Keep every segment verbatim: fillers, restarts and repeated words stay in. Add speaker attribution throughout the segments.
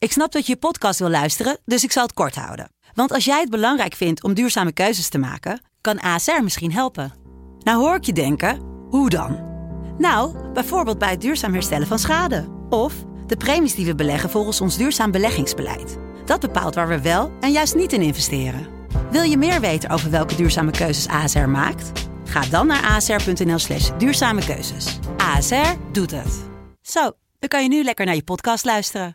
Speaker 1: Ik snap dat je je podcast wil luisteren, dus ik zal het kort houden. Want als jij het belangrijk vindt om duurzame keuzes te maken, kan A S R misschien helpen. Nou hoor ik je denken, hoe dan? Nou, bijvoorbeeld bij het duurzaam herstellen van schade. Of de premies die we beleggen volgens ons duurzaam beleggingsbeleid. Dat bepaalt waar we wel en juist niet in investeren. Wil je meer weten over welke duurzame keuzes A S R maakt? Ga dan naar asr.nl slash duurzame keuzes. A S R doet het. Zo, dan kan je nu lekker naar je podcast luisteren.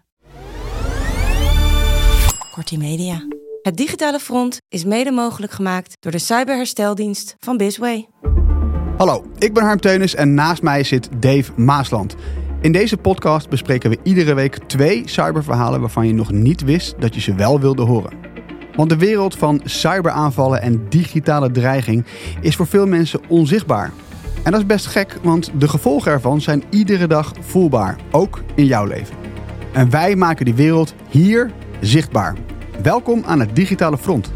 Speaker 2: Kortie Media. Het digitale front is mede mogelijk gemaakt door de cyberhersteldienst van Bizway.
Speaker 3: Hallo, ik ben Harm Teunis en naast mij zit Dave Maasland. In deze podcast bespreken we iedere week twee cyberverhalen waarvan je nog niet wist dat je ze wel wilde horen. Want de wereld van cyberaanvallen en digitale dreiging is voor veel mensen onzichtbaar. En dat is best gek, want de gevolgen ervan zijn iedere dag voelbaar, ook in jouw leven. En wij maken die wereld hier zichtbaar. Welkom aan het digitale front.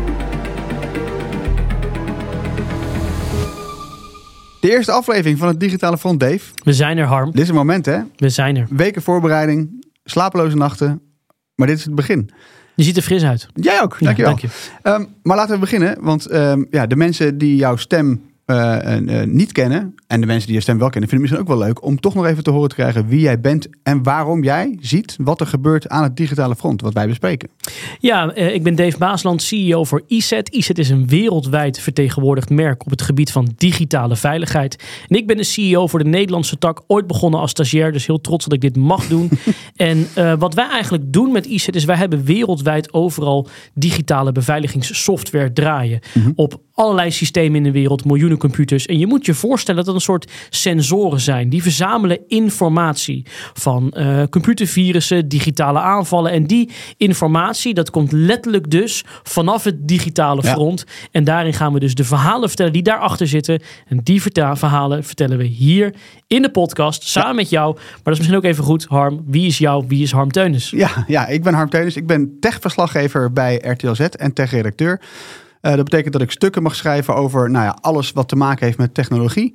Speaker 3: De eerste aflevering van het digitale front, Dave.
Speaker 4: We zijn er, Harm.
Speaker 3: Dit is het moment, hè?
Speaker 4: We zijn er.
Speaker 3: Weken voorbereiding, slapeloze nachten. Maar dit is het begin.
Speaker 4: Je ziet er fris uit.
Speaker 3: Jij ook, dankjewel.
Speaker 4: Ja, dank je.
Speaker 3: Um, maar laten we beginnen. Want um, ja, de mensen die jouw stem uh, uh, niet kennen... en de mensen die je stem wel kennen... vinden het misschien ook wel leuk... om toch nog even te horen te krijgen wie jij bent... en waarom jij ziet wat er gebeurt aan het digitale front... wat wij bespreken.
Speaker 4: Ja, uh, ik ben Dave Maasland, C E O voor I Z E T. I Z E T is een wereldwijd vertegenwoordigd merk... op het gebied van digitale veiligheid. En ik ben de C E O voor de Nederlandse tak. Ooit begonnen als stagiair, dus heel trots dat ik dit mag doen. En uh, wat wij eigenlijk doen met I Z E T... is wij hebben wereldwijd overal digitale beveiligingssoftware draaien. Mm-hmm. Op allerlei systemen in de wereld, miljoenen computers. En je moet je voorstellen dat een soort sensoren zijn. Die verzamelen informatie van uh, computervirussen, digitale aanvallen. En die informatie, dat komt letterlijk dus vanaf het digitale front. Ja. En daarin gaan we dus de verhalen vertellen die daarachter zitten. En die verta- verhalen vertellen we hier in de podcast, samen ja. met jou. Maar dat is misschien ook even goed, Harm. Wie is jou, wie is Harm Teunis?
Speaker 3: Ja, ja, ik ben Harm Teunis. Ik ben techverslaggever bij R T L Z en techredacteur. Uh, dat betekent dat ik stukken mag schrijven over nou ja, alles wat te maken heeft met technologie.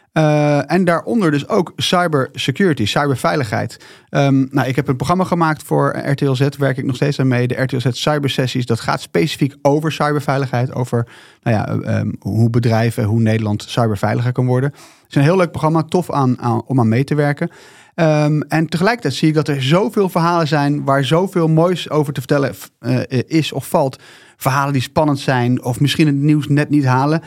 Speaker 3: Uh, en daaronder dus ook cybersecurity, cyberveiligheid. Um, nou, ik heb een programma gemaakt voor R T L Z, werk ik nog steeds aan mee. De R T L Z Cybersessies, dat gaat specifiek over cyberveiligheid. Over nou ja, um, hoe bedrijven, hoe Nederland cyberveiliger kan worden. Het is een heel leuk programma, tof aan, aan, om aan mee te werken. Um, en tegelijkertijd zie ik dat er zoveel verhalen zijn waar zoveel moois over te vertellen uh, is of valt. Verhalen die spannend zijn of misschien het nieuws net niet halen.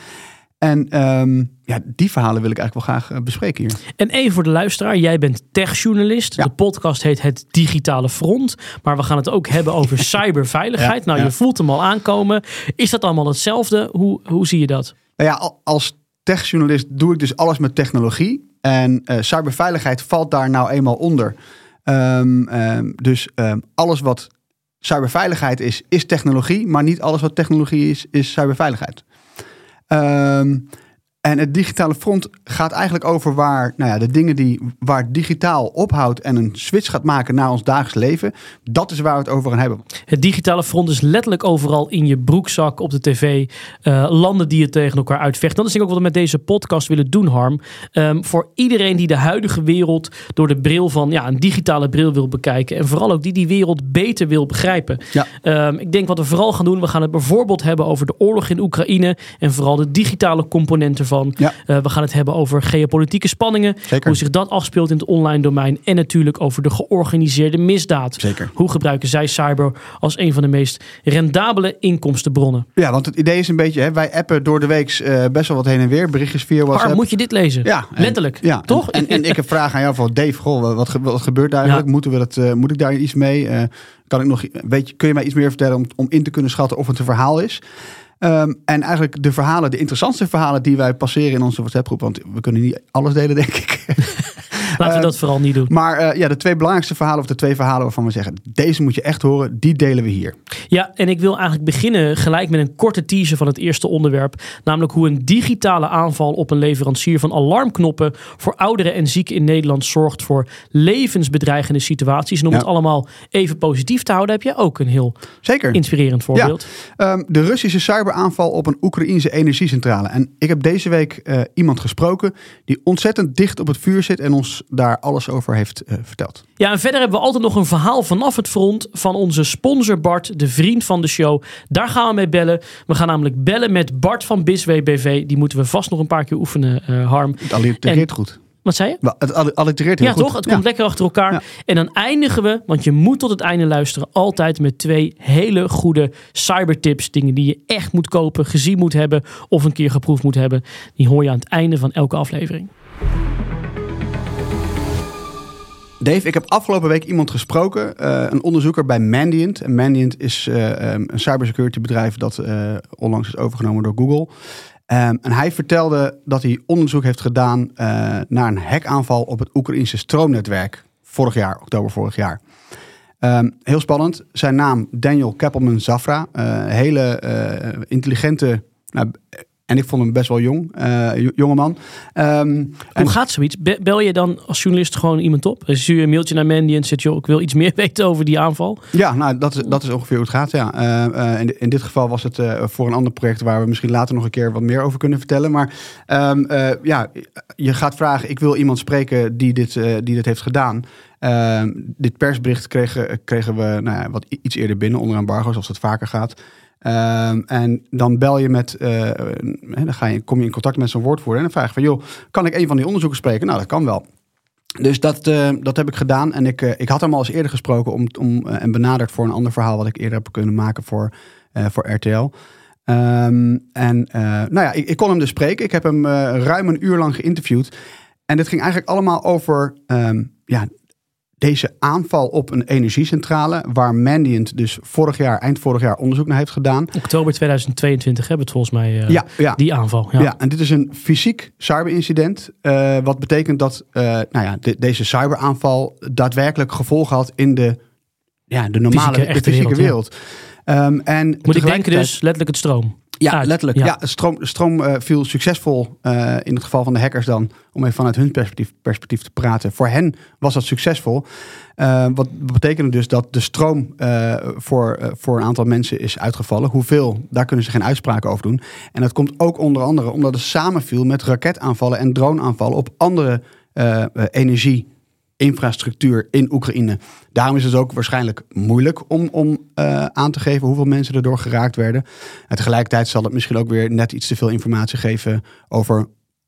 Speaker 3: En um, ja, die verhalen wil ik eigenlijk wel graag uh, bespreken hier.
Speaker 4: En even voor de luisteraar, jij bent techjournalist. Ja. De podcast heet Het Digitale Front. Maar we gaan het ook hebben over cyberveiligheid. Ja, nou, ja. Je voelt hem al aankomen. Is dat allemaal hetzelfde? Hoe, hoe zie je dat?
Speaker 3: Nou ja, als techjournalist doe ik dus alles met technologie. En uh, cyberveiligheid valt daar nou eenmaal onder. Um, um, dus um, alles wat cyberveiligheid is, is technologie. Maar niet alles wat technologie is, is cyberveiligheid. Um, en het digitale front gaat eigenlijk over waar, nou ja, de dingen die waar digitaal ophoudt en een switch gaat maken naar ons dagelijks leven. Dat is waar we het over gaan hebben.
Speaker 4: Het digitale front is letterlijk overal in je broekzak, op de tv. Uh, landen die het tegen elkaar uitvechten. Dat is denk ik ook wat we met deze podcast willen doen, Harm. Um, voor iedereen die de huidige wereld door de bril van ja, een digitale bril wil bekijken. En vooral ook die die wereld beter wil begrijpen. Ja. Um, ik denk wat we vooral gaan doen, we gaan het bijvoorbeeld hebben over de oorlog in Oekraïne. En vooral de digitale componenten van. Ja. Uh, we gaan het hebben over geopolitieke spanningen. Zeker. Hoe zich dat afspeelt in het online domein. En natuurlijk over de georganiseerde misdaad. Zeker. Hoe gebruiken zij cyber als een van de meest rendabele inkomstenbronnen?
Speaker 3: Ja, want het idee is een beetje, hè, wij appen door de week uh, best wel wat heen en weer. Berichtjes via WhatsApp.
Speaker 4: Maar moet je dit lezen? Ja. En, letterlijk. Ja, toch?
Speaker 3: En, en, en ik heb vragen aan jou van Dave, goh, wat, wat gebeurt eigenlijk? Ja. Moeten we dat, uh, moet ik daar iets mee? Uh, kan ik nog, weet je, kun je mij iets meer vertellen om, om in te kunnen schatten of het een verhaal is? Um, en eigenlijk de verhalen, de interessantste verhalen die wij passeren in onze WhatsApp-groep. Want we kunnen niet alles delen, denk ik.
Speaker 4: Laten we dat uh, vooral niet doen.
Speaker 3: Maar uh, ja, de twee belangrijkste verhalen, of de twee verhalen waarvan we zeggen, deze moet je echt horen, die delen we hier.
Speaker 4: Ja, en ik wil eigenlijk beginnen gelijk met een korte teaser van het eerste onderwerp. Namelijk hoe een digitale aanval op een leverancier van alarmknoppen voor ouderen en zieken in Nederland zorgt voor levensbedreigende situaties. En om ja. het allemaal even positief te houden, heb je ook een heel Zeker. inspirerend voorbeeld.
Speaker 3: Ja. Um, de Russische cyberaanval op een Oekraïense energiecentrale. En ik heb deze week uh, iemand gesproken die ontzettend dicht op het vuur zit en ons daar alles over heeft uh, verteld.
Speaker 4: Ja, en verder hebben we altijd nog een verhaal vanaf het front van onze sponsor Bart, de vriend van de show. Daar gaan we mee bellen. We gaan namelijk bellen met Bart van Bisway B V. Die moeten we vast nog een paar keer oefenen, uh, Harm.
Speaker 3: Het allitereert goed.
Speaker 4: Wat zei je?
Speaker 3: Wel, het allitereert heel
Speaker 4: ja,
Speaker 3: goed.
Speaker 4: toch? Het
Speaker 3: ja.
Speaker 4: komt lekker achter elkaar. Ja. En dan eindigen we, want je moet tot het einde luisteren, altijd met twee hele goede cybertips. Dingen die je echt moet kopen, gezien moet hebben of een keer geproefd moet hebben. Die hoor je aan het einde van elke aflevering.
Speaker 3: Dave, ik heb afgelopen week iemand gesproken, uh, een onderzoeker bij Mandiant. En Mandiant is uh, um, een cybersecurity bedrijf dat uh, onlangs is overgenomen door Google. Um, en hij vertelde dat hij onderzoek heeft gedaan uh, naar een hackaanval op het Oekraïnse stroomnetwerk vorig jaar, oktober vorig jaar. Um, heel spannend. Zijn naam Daniel Keppelman Zafra. Uh, hele uh, intelligente, nou, en ik vond hem best wel jong, uh, jongeman. Um,
Speaker 4: Hoe
Speaker 3: en...
Speaker 4: gaat zoiets? Bel je dan als journalist gewoon iemand op? Dus stuur je een mailtje naar Mandy en zegt, joh, ik wil iets meer weten over die aanval.
Speaker 3: Ja, nou, dat is, dat is ongeveer hoe het gaat, ja. Uh, uh, in, in dit geval was het uh, voor een ander project waar we misschien later nog een keer wat meer over kunnen vertellen. Maar um, uh, ja, je gaat vragen, ik wil iemand spreken die dit, uh, die dit heeft gedaan. Uh, dit persbericht kregen, kregen we nou ja, wat iets eerder binnen, onder embargo, zoals het vaker gaat. Um, en dan bel je met, uh, dan ga je, kom je in contact met zo'n woordvoerder en dan vraag je van, joh, kan ik een van die onderzoekers spreken? Nou, dat kan wel. Dus dat, uh, dat heb ik gedaan en ik, uh, ik had hem al eens eerder gesproken om, om, uh, en benaderd voor een ander verhaal wat ik eerder heb kunnen maken voor, uh, voor R T L. Um, en uh, nou ja, ik, ik kon hem dus spreken. Ik heb hem uh, ruim een uur lang geïnterviewd. En dit ging eigenlijk allemaal over um, ja, deze aanval op een energiecentrale, waar Mandiant dus vorig jaar, eind vorig jaar onderzoek naar heeft gedaan.
Speaker 4: Oktober tweeduizend tweeëntwintig hebben we het volgens mij, uh,
Speaker 3: ja, ja.
Speaker 4: die aanval. Ja.
Speaker 3: ja, en dit is een fysiek cyberincident. Uh, wat betekent dat uh, nou ja, de, deze cyberaanval daadwerkelijk gevolgen had in de, ja, de normale
Speaker 4: fysieke,
Speaker 3: de fysieke wereld.
Speaker 4: Ja.
Speaker 3: Um, en
Speaker 4: Moet ik denken dus letterlijk het stroom?
Speaker 3: Ja,
Speaker 4: Uit.
Speaker 3: letterlijk. Ja, ja stroom, stroom uh, viel succesvol uh, in het geval van de hackers dan, om even vanuit hun perspectief, perspectief te praten. Voor hen was dat succesvol. Uh, wat betekende dus dat de stroom uh, voor, uh, voor een aantal mensen is uitgevallen. Hoeveel, daar kunnen ze geen uitspraken over doen. En dat komt ook onder andere omdat het samenviel met raketaanvallen en droneaanvallen op andere uh, uh, energie. infrastructuur in Oekraïne. Daarom is het ook waarschijnlijk moeilijk om, om uh, aan te geven hoeveel mensen erdoor geraakt werden. En tegelijkertijd zal het misschien ook weer net iets te veel informatie geven over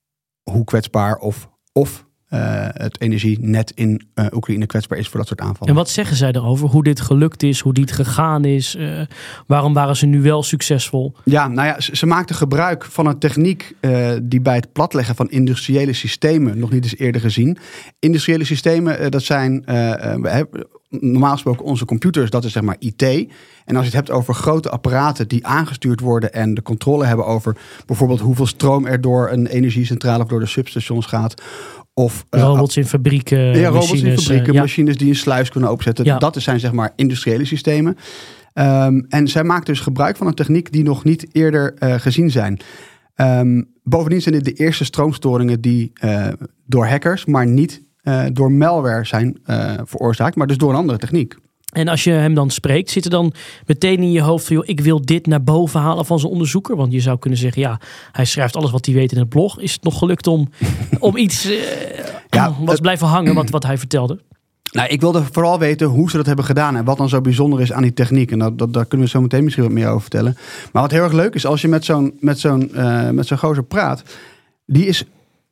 Speaker 3: hoe kwetsbaar of, of uh, het energienet in uh, Oekraïne kwetsbaar is voor dat soort aanvallen.
Speaker 4: En wat zeggen zij erover? Hoe dit gelukt is, hoe dit gegaan is? Uh, waarom waren ze nu wel succesvol?
Speaker 3: Ja, nou ja, ze, ze maakten gebruik van een techniek uh, die bij het platleggen van industriële systemen nog niet eens eerder gezien. Industriële systemen, uh, dat zijn uh, uh, normaal gesproken onze computers, dat is zeg maar I T. En als je het hebt over grote apparaten die aangestuurd worden en de controle hebben over bijvoorbeeld hoeveel stroom er door een energiecentrale of door de substations gaat. Of, uh,
Speaker 4: robots in fabrieken,
Speaker 3: ja, robots
Speaker 4: machines,
Speaker 3: in fabrieken,
Speaker 4: uh, ja.
Speaker 3: machines die een sluis kunnen openzetten.
Speaker 4: Ja.
Speaker 3: Dat zijn zeg maar industriële systemen. Um, en zij maakt dus gebruik van een techniek die nog niet eerder uh, gezien zijn. Um, bovendien zijn dit de eerste stroomstoringen die uh, door hackers, maar niet uh, door malware zijn uh, veroorzaakt, maar dus door een andere techniek.
Speaker 4: En als je hem dan spreekt, zit er dan meteen in je hoofd van, joh, ik wil dit naar boven halen van zijn onderzoeker? Want je zou kunnen zeggen, ja, hij schrijft alles wat hij weet in het blog. Is het nog gelukt om, om iets uh, ja, wat het, blijven hangen wat, wat hij vertelde?
Speaker 3: Nou, ik wilde vooral weten hoe ze dat hebben gedaan en wat dan zo bijzonder is aan die techniek. En dat, dat, daar kunnen we zo meteen misschien wat meer over vertellen. Maar wat heel erg leuk is, als je met zo'n, met zo'n, uh, met zo'n gozer praat, die is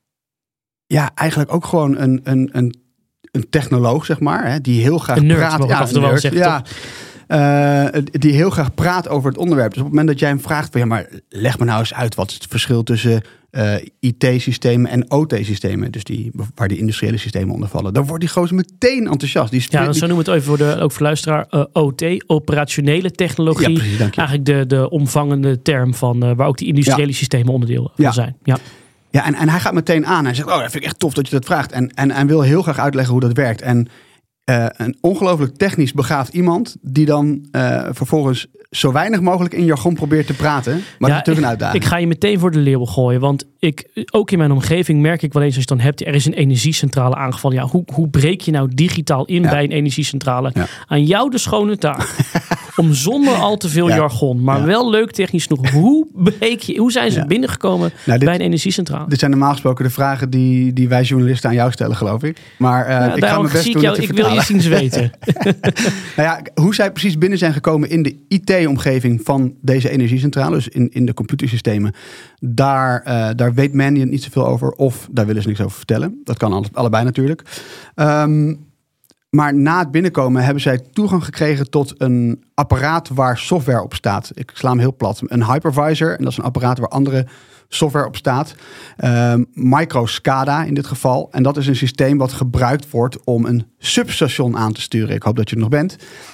Speaker 3: ja eigenlijk ook gewoon een, een, een Een technoloog, zeg maar, hè, die heel graag
Speaker 4: een nerd,
Speaker 3: praat.
Speaker 4: Ja, een nerd, zeggen,
Speaker 3: ja, uh, die heel graag praat over het onderwerp. Dus op het moment dat jij hem vraagt van, ja, maar leg me nou eens uit, wat is het verschil tussen uh, I T-systemen en O T-systemen, dus die waar die industriële systemen onder vallen, dan wordt die gozer meteen enthousiast. Die
Speaker 4: ja, dan zo noemen we het even voor de, ook voor luisteraar, uh, O T, operationele technologie.
Speaker 3: Ja, precies, dank je.
Speaker 4: Eigenlijk de, de omvangende term van uh, waar ook die industriële ja. systemen onderdeel van
Speaker 3: ja.
Speaker 4: zijn. Ja.
Speaker 3: Ja, en, en hij gaat meteen aan. Hij zegt, oh, dat vind ik echt tof dat je dat vraagt. En, en, en wil heel graag uitleggen hoe dat werkt. En uh, een ongelooflijk technisch begaafd iemand die dan uh, vervolgens zo weinig mogelijk in jargon probeert te praten. Maar ja, dat is natuurlijk een uitdaging.
Speaker 4: Ik ga je meteen voor de leeuw gooien. Want ik, ook in mijn omgeving merk ik wel eens als je het dan hebt, er is een energiecentrale aangevallen. Ja, hoe, hoe breek je nou digitaal in ja. bij een energiecentrale? Ja. Aan jou de schone taak. om zonder al te veel
Speaker 3: ja.
Speaker 4: jargon, maar
Speaker 3: ja.
Speaker 4: wel leuk technisch genoeg. Hoe, bereik je, hoe zijn ze
Speaker 3: ja.
Speaker 4: binnengekomen
Speaker 3: nou, dit,
Speaker 4: bij een energiecentrale?
Speaker 3: Dit zijn normaal gesproken de vragen die, die wij journalisten aan jou stellen, geloof ik. Maar uh,
Speaker 4: ja,
Speaker 3: ik ga mijn best doen
Speaker 4: jou,
Speaker 3: te
Speaker 4: Ik wil je eens weten.
Speaker 3: nou ja, hoe zij precies binnen zijn gekomen in de I T-omgeving van deze energiecentrale, dus in, in de computersystemen, daar, uh, daar weet Mandiant niet zoveel over of daar willen ze niks over vertellen. Dat kan alle, allebei natuurlijk. Um, maar na het binnenkomen hebben zij toegang gekregen tot een apparaat waar software op staat. Ik sla hem heel plat. Een hypervisor, en dat is een apparaat waar andere software op staat. Um, MicroSCADA in dit geval. En dat is een systeem wat gebruikt wordt om een substation aan te sturen. Ik hoop dat je er nog bent.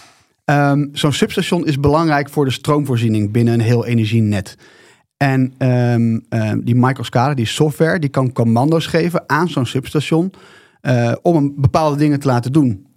Speaker 3: Um, zo'n substation is belangrijk voor de stroomvoorziening binnen een heel energienet. En um, um, die MicroSCADA, die software, die kan commando's geven aan zo'n substation uh, om een bepaalde dingen te laten doen.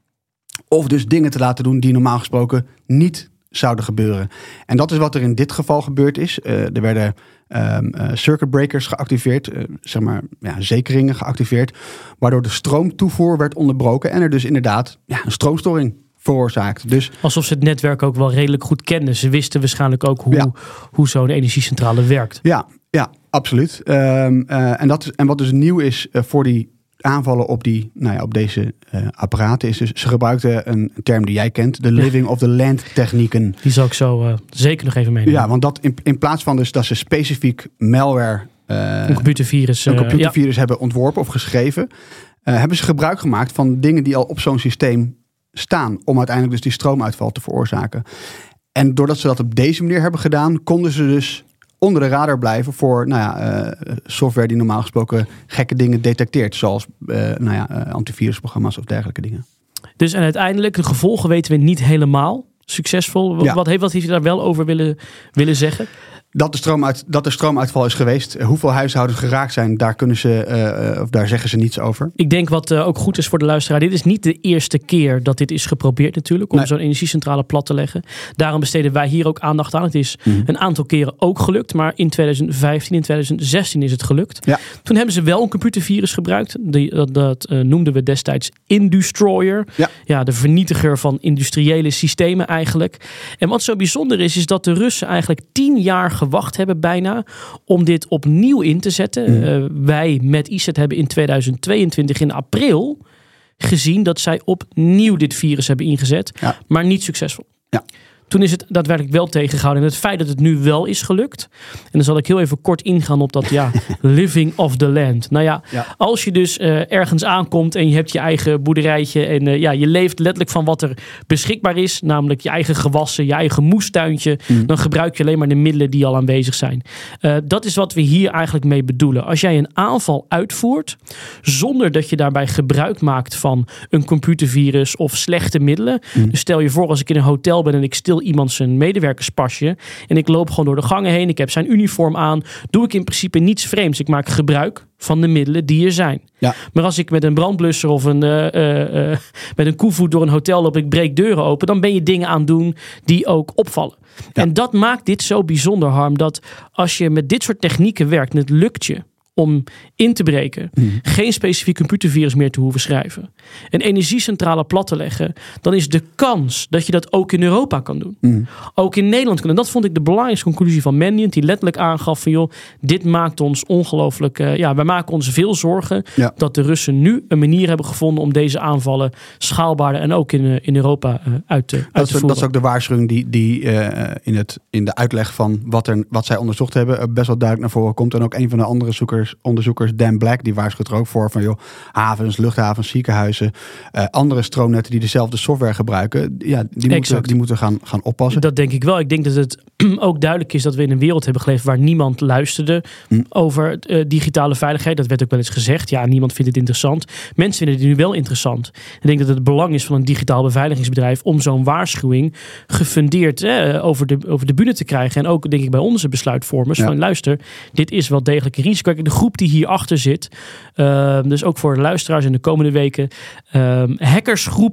Speaker 3: Of dus dingen te laten doen die normaal gesproken niet zouden gebeuren. En dat is wat er in dit geval gebeurd is. Uh, er werden um, uh, circuit breakers geactiveerd, uh, zeg maar ja, zekeringen geactiveerd, waardoor de stroomtoevoer werd onderbroken en er dus inderdaad ja, een stroomstoring veroorzaakt. Dus,
Speaker 4: alsof ze het netwerk ook wel redelijk goed kenden. Ze wisten waarschijnlijk ook hoe, ja. hoe zo'n energiecentrale werkt.
Speaker 3: Ja, ja absoluut. Um, uh, en, dat is, en wat dus nieuw is uh, voor die aanvallen op, die, nou ja, op deze uh, apparaten is dus, ze gebruikten een term die jij kent, de living of the land technieken.
Speaker 4: Die zal ik zo uh, zeker nog even meenemen.
Speaker 3: Ja, want dat in, in plaats van dus dat ze specifiek malware, uh,
Speaker 4: een computervirus,
Speaker 3: een computervirus
Speaker 4: uh,
Speaker 3: hebben ontworpen of geschreven, uh, hebben ze gebruik gemaakt van dingen die al op zo'n systeem staan, om uiteindelijk dus die stroomuitval te veroorzaken. En doordat ze dat op deze manier hebben gedaan, konden ze dus onder de radar blijven voor nou ja, uh, software die normaal gesproken gekke dingen detecteert, zoals uh, nou ja, uh, antivirusprogramma's of dergelijke dingen.
Speaker 4: Dus en uiteindelijk, de gevolgen weten we niet helemaal succesvol.
Speaker 3: Ja.
Speaker 4: Wat, heeft, wat heeft u daar wel over willen, willen zeggen?
Speaker 3: Dat de, stroomuit, dat er stroomuitval is geweest. Hoeveel huishoudens geraakt zijn, daar, kunnen ze, uh, of daar zeggen ze niets over.
Speaker 4: Ik denk wat uh, ook goed is voor de luisteraar. Dit is niet de eerste keer dat dit is geprobeerd natuurlijk. Om nee. zo'n energiecentrale plat te leggen. Daarom besteden wij hier ook aandacht aan. Het is mm. een aantal keren ook gelukt. Maar in twintig vijftien en twintig zestien is het gelukt. Ja. Toen hebben ze wel een computervirus gebruikt. Die, dat dat uh, noemden we destijds Industroyer. Ja. ja, de vernietiger van industriële systemen eigenlijk. En wat zo bijzonder is, is dat de Russen eigenlijk tien jaar gewacht hebben bijna om dit opnieuw in te zetten. Mm. Uh, wij met I C E T hebben in tweeduizend tweeëntwintig in april gezien dat zij opnieuw dit virus hebben ingezet, ja. maar niet succesvol. Ja. Toen is het daadwerkelijk wel tegengehouden. En het feit dat het nu wel is gelukt. En dan zal ik heel even kort ingaan op dat ja, living of the land. Nou ja, ja. als je dus uh, ergens aankomt en je hebt je eigen boerderijtje. En uh, ja, je leeft letterlijk van wat er beschikbaar is. Namelijk je eigen gewassen, je eigen moestuintje. Mm. Dan gebruik je alleen maar de middelen die al aanwezig zijn. Uh, dat is wat we hier eigenlijk mee bedoelen. Als jij een aanval uitvoert, zonder dat je daarbij gebruik maakt van een computervirus of slechte middelen. Mm. Dus stel je voor als ik in een hotel ben en ik stil iemand zijn medewerkerspasje en ik loop gewoon door de gangen heen, ik heb zijn uniform aan, doe ik in principe niets vreemds. Ik maak gebruik van de middelen die er zijn. Ja. Maar als ik met een brandblusser of een, uh, uh, uh, met een koevoet door een hotel loop, ik breek deuren open, dan ben je dingen aan het doen die ook opvallen. Ja. En dat maakt dit zo bijzonder, Harm, dat als je met dit soort technieken werkt en het lukt je om in te breken, mm. geen specifiek computervirus meer te hoeven schrijven, een energiecentrale plat te leggen, dan is de kans dat je dat ook in Europa kan doen. Mm. Ook in Nederland kan. En dat vond ik de belangrijkste conclusie van Mandiant, die letterlijk aangaf van joh, dit maakt ons ongelooflijk, uh, ja, wij maken ons veel zorgen ja. dat de Russen nu een manier hebben gevonden om deze aanvallen schaalbaarder en ook in, uh, in Europa uh, uit te, uit
Speaker 3: dat,
Speaker 4: te voeren.
Speaker 3: Dat is ook de waarschuwing die, die uh, in, het, in de uitleg van wat, er, wat zij onderzocht hebben, uh, best wel duidelijk naar voren komt. En ook een van de andere zoekers onderzoekers, Dan Black, die waarschuwt er ook voor van joh, havens, luchthavens, ziekenhuizen, uh, andere stroomnetten die dezelfde software gebruiken, ja, die moeten, die moeten gaan, gaan oppassen.
Speaker 4: Dat denk ik wel. Ik denk dat het ook duidelijk is dat we in een wereld hebben geleefd waar niemand luisterde hm. over uh, digitale veiligheid. Dat werd ook wel eens gezegd. Ja, niemand vindt het interessant. Mensen vinden het nu wel interessant. Ik denk dat het belang is van een digitaal beveiligingsbedrijf om zo'n waarschuwing gefundeerd eh, over, de, over de bühne te krijgen. En ook denk ik bij onze besluitvormers ja. van luister, dit is wel degelijk een risico. De groep die hierachter zit, uh, dus ook voor de luisteraars in de komende weken, uh, hackersgroepen,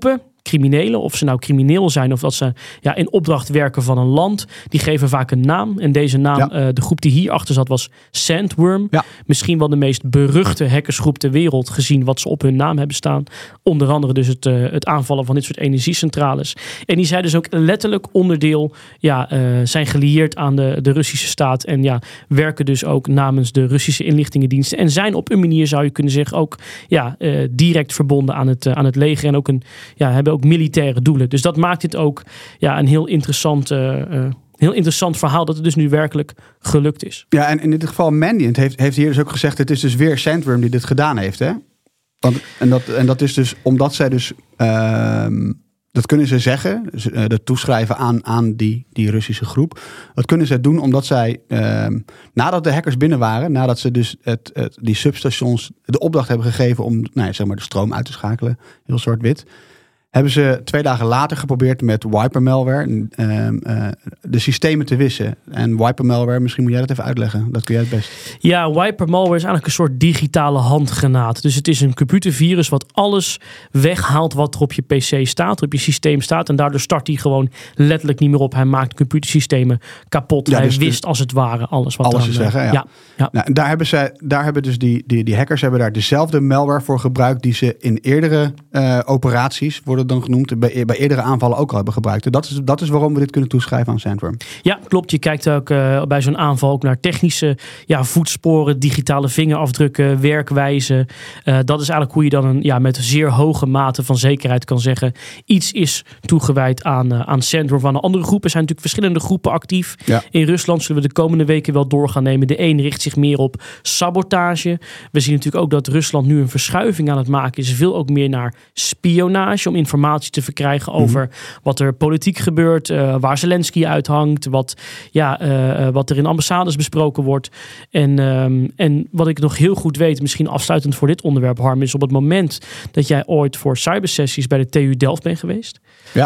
Speaker 4: criminelen, of ze nou crimineel zijn of dat ze ja, in opdracht werken van een land, die geven vaak een naam. En deze naam, ja. uh, de groep die hierachter zat, was Sandworm. Ja. Misschien wel de meest beruchte hackersgroep ter wereld, gezien wat ze op hun naam hebben staan. Onder andere dus het, uh, het aanvallen van dit soort energiecentrales. En die zijn dus ook letterlijk onderdeel, ja, uh, zijn gelieerd aan de, de Russische staat en ja, werken dus ook namens de Russische inlichtingendiensten en zijn op een manier, zou je kunnen zeggen, ook ja, uh, direct verbonden aan het, uh, aan het leger en ook een, ja, hebben ook militaire doelen. Dus dat maakt dit ook ja, een heel interessant, uh, uh, heel interessant verhaal dat het dus nu werkelijk gelukt is.
Speaker 3: Ja, en in dit geval Mandiant heeft, heeft hier dus ook gezegd, het is dus weer Sandworm die dit gedaan heeft, hè? Want, en, dat, en dat is dus omdat zij dus, uh, dat kunnen ze zeggen, dus, uh, dat toeschrijven aan, aan die, die Russische groep. Dat kunnen ze doen omdat zij, uh, nadat de hackers binnen waren, nadat ze dus het, het, die substations de opdracht hebben gegeven om nou ja, zeg maar de stroom uit te schakelen, heel zwart-wit, hebben ze twee dagen later geprobeerd met wiper malware uh, uh, de systemen te wissen. En wiper malware, misschien moet jij dat even uitleggen. Dat kun jij het best.
Speaker 4: Ja, wiper malware is eigenlijk een soort digitale handgranaat. Dus het is een computervirus wat alles weghaalt wat er op je pc staat, op je systeem staat. En daardoor start hij gewoon letterlijk niet meer op. Hij maakt computersystemen kapot. Ja, hij dus wist als het ware alles wat
Speaker 3: alles
Speaker 4: er
Speaker 3: te zeggen, ja.
Speaker 4: ja, ja.
Speaker 3: Nou, en daar hebben zij, daar hebben dus die, die, die hackers hebben daar dezelfde malware voor gebruikt die ze in eerdere uh, operaties worden dan genoemd, bij, bij eerdere aanvallen ook al hebben gebruikt. En dat is, dat is waarom we dit kunnen toeschrijven aan Sandworm.
Speaker 4: Ja, klopt. Je kijkt ook uh, bij zo'n aanval ook naar technische ja, voetsporen, digitale vingerafdrukken, werkwijze. Uh, dat is eigenlijk hoe je dan een, ja, met zeer hoge mate van zekerheid kan zeggen, iets is toegewijd aan, uh, aan Sandworm. Van de andere groepen zijn natuurlijk verschillende groepen actief. Ja. In Rusland zullen we de komende weken wel door gaan nemen. De een richt zich meer op sabotage. We zien natuurlijk ook dat Rusland nu een verschuiving aan het maken is. Veel ook meer naar spionage, om informatie te verkrijgen over mm-hmm. wat er politiek gebeurt, uh, waar Zelensky uithangt, wat, ja, uh, wat er in ambassades besproken wordt. En, um, en wat ik nog heel goed weet, misschien afsluitend voor dit onderwerp, Harm, is op het moment dat jij ooit voor cybersessies bij de T U Delft bent geweest. Ja.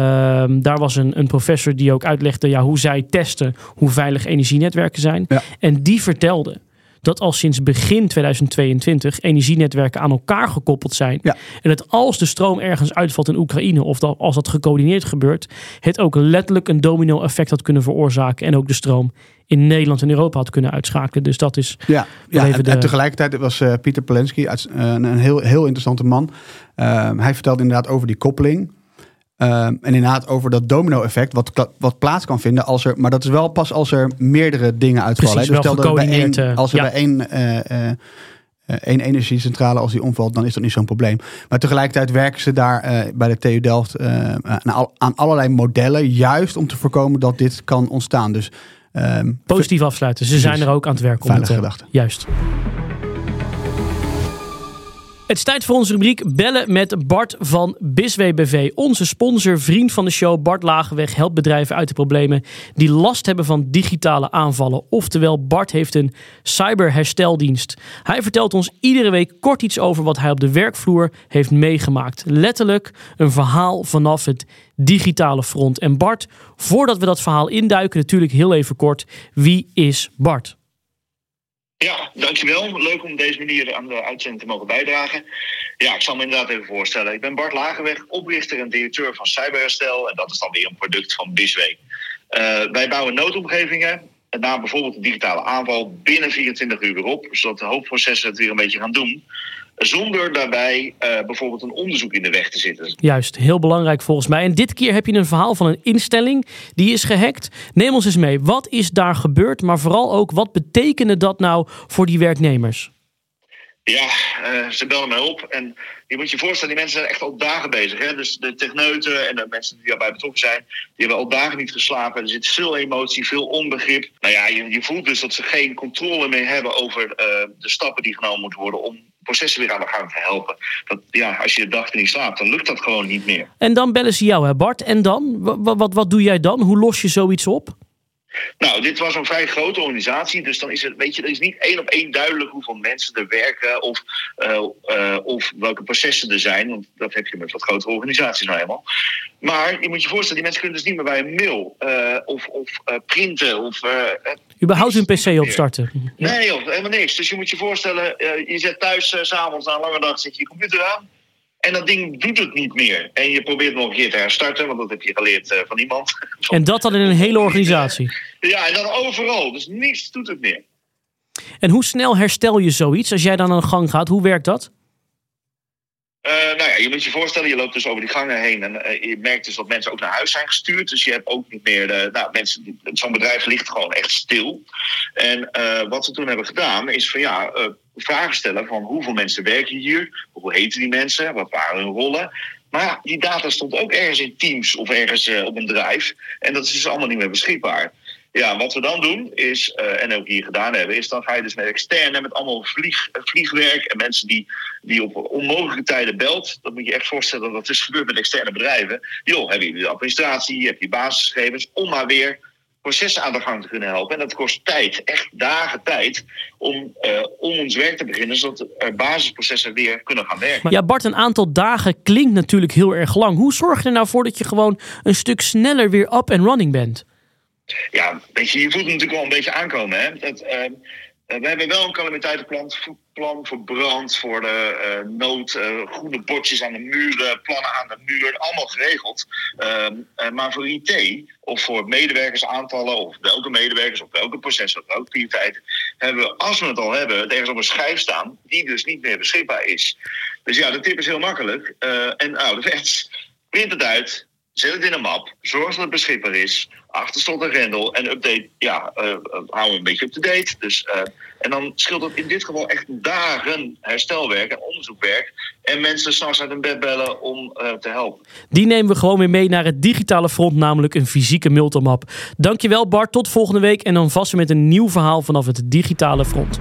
Speaker 4: Uh, daar was een, een professor die ook uitlegde ja, hoe zij testen hoe veilig energienetwerken zijn. Ja. En die vertelde dat al sinds begin tweeduizend tweeëntwintig energienetwerken aan elkaar gekoppeld zijn. Ja. En dat als de stroom ergens uitvalt in Oekraïne, of dat, als dat gecoördineerd gebeurt, het ook letterlijk een domino-effect had kunnen veroorzaken en ook de stroom in Nederland en Europa had kunnen uitschakelen. Dus dat is...
Speaker 3: Ja, ja en, de... en tegelijkertijd was uh, Pieter Polensky uh, een heel, heel interessante man. Uh, hij vertelde inderdaad over die koppeling. Uh, en inderdaad over dat domino-effect wat, wat plaats kan vinden als er, maar dat is wel pas als er meerdere dingen uitvallen.
Speaker 4: Precies,
Speaker 3: dus
Speaker 4: stel dat bij één,
Speaker 3: als er
Speaker 4: ja.
Speaker 3: bij één, uh, uh, één energiecentrale als die omvalt, dan is dat niet zo'n probleem. Maar tegelijkertijd werken ze daar uh, bij de T U Delft uh, aan, aan allerlei modellen, juist om te voorkomen dat dit kan ontstaan. Dus um,
Speaker 4: positief afsluiten. Ze zijn er ook aan het werk om
Speaker 3: veilige
Speaker 4: het,
Speaker 3: gedachte.
Speaker 4: Juist. Het is tijd voor onze rubriek Bellen met Bart van Bisway B V. Onze sponsor, vriend van de show, Bart Lagenweg, helpt bedrijven uit de problemen die last hebben van digitale aanvallen. Oftewel, Bart heeft een cyberhersteldienst. Hij vertelt ons iedere week kort iets over wat hij op de werkvloer heeft meegemaakt. Letterlijk een verhaal vanaf het digitale front. En Bart, voordat we dat verhaal induiken, natuurlijk heel even kort. Wie is Bart?
Speaker 5: Ja, dankjewel. Leuk om op deze manier aan de uitzending te mogen bijdragen. Ja, ik zal me inderdaad even voorstellen. Ik ben Bart Lagenweg, oprichter en directeur van Cyberherstel. En dat is dan weer een product van Bisway. Uh, wij bouwen noodomgevingen. En na bijvoorbeeld een digitale aanval binnen vierentwintig uur weer op. Zodat de hoofdprocessen het weer een beetje gaan doen. Zonder daarbij uh, bijvoorbeeld een onderzoek in de weg te zitten.
Speaker 4: Juist, heel belangrijk volgens mij. En dit keer heb je een verhaal van een instelling die is gehackt. Neem ons eens mee. Wat is daar gebeurd? Maar vooral ook, wat betekende dat nou voor die werknemers?
Speaker 5: Ja, uh, ze belden mij op. En je moet je voorstellen, die mensen zijn echt al dagen bezig. Hè? Dus de techneuten en de mensen die daarbij betrokken zijn, die hebben al dagen niet geslapen. Er zit veel emotie, veel onbegrip. Nou ja, je, je voelt dus dat ze geen controle meer hebben over uh, de stappen die genomen moeten worden om processen weer aan de gang te helpen. Dat, ja, als je de dag niet slaapt, dan lukt dat gewoon niet meer.
Speaker 4: En dan bellen ze jou, hè Bart? En dan? Wat, wat, wat doe jij dan? Hoe los je zoiets op?
Speaker 5: Nou, dit was een vrij grote organisatie, dus dan is het, weet je, er is niet één op één duidelijk hoeveel mensen er werken of, uh, uh, of welke processen er zijn, want dat heb je met wat grotere organisaties nou helemaal. Maar je moet je voorstellen, die mensen kunnen dus niet meer bij een mail uh, of, of uh, printen of... Uh,
Speaker 4: Überhaupt hun pc opstarten?
Speaker 5: Ja. Nee joh, helemaal niks. Dus je moet je voorstellen, uh, je zet thuis uh, 's avonds na een lange dag zet je je computer aan. En dat ding doet het niet meer. En je probeert nog een keer te herstarten, want dat heb je geleerd uh, van iemand.
Speaker 4: En dat dan in een hele organisatie?
Speaker 5: Ja, en dan overal. Dus niks doet het meer.
Speaker 4: En hoe snel herstel je zoiets als jij dan aan de gang gaat? Hoe werkt dat?
Speaker 5: Uh, nou ja, je moet je voorstellen, je loopt dus over die gangen heen en uh, je merkt dus dat mensen ook naar huis zijn gestuurd. Dus je hebt ook niet meer, de, nou mensen, zo'n bedrijf ligt gewoon echt stil. En uh, wat we toen hebben gedaan is van ja, uh, vragen stellen van hoeveel mensen werken hier? Hoe heten die mensen? Wat waren hun rollen? Maar ja, die data stond ook ergens in Teams of ergens uh, op een drive. En dat is dus allemaal niet meer beschikbaar. Ja, wat we dan doen is, uh, en ook hier gedaan hebben, is dan ga je dus met externe, met allemaal vlieg, vliegwerk en mensen die, die op onmogelijke tijden belt. Dat moet je echt voorstellen dat dat is gebeurd met externe bedrijven. Joh, hebben jullie de administratie, heb je basisgegevens, om maar weer processen aan de gang te kunnen helpen. En dat kost tijd, echt dagen tijd, om, uh, om ons werk te beginnen, zodat er basisprocessen weer kunnen gaan werken.
Speaker 4: Ja, Bart, een aantal dagen klinkt natuurlijk heel erg lang. Hoe zorg je er nou voor dat je gewoon een stuk sneller weer up and running bent?
Speaker 5: Ja, weet je, je voelt het natuurlijk wel een beetje aankomen. Hè? Dat, uh, we hebben wel een calamiteitenplan plan voor brand, voor de uh, nood, uh, groene bordjes aan de muren, plannen aan de muur, allemaal geregeld. Uh, uh, maar voor I T of voor medewerkersaantallen of welke medewerkers of welke processen of welke prioriteiten hebben we, als we het al hebben, het ergens op een schijf staan die dus niet meer beschikbaar is. Dus ja, de tip is heel makkelijk. Uh, en ouderwets, print het uit. Zet het in een map, zorg dat het beschikbaar is, achterstond en grendel en update, ja, uh, hou een beetje up-to-date. Dus, uh, en dan scheelt het in dit geval echt dagen herstelwerk en onderzoekwerk en mensen 's nachts uit hun bed bellen om uh, te helpen.
Speaker 4: Die nemen we gewoon weer mee naar het digitale front, namelijk een fysieke multimap. Dankjewel Bart, tot volgende week en dan vast weer met een nieuw verhaal vanaf het digitale front.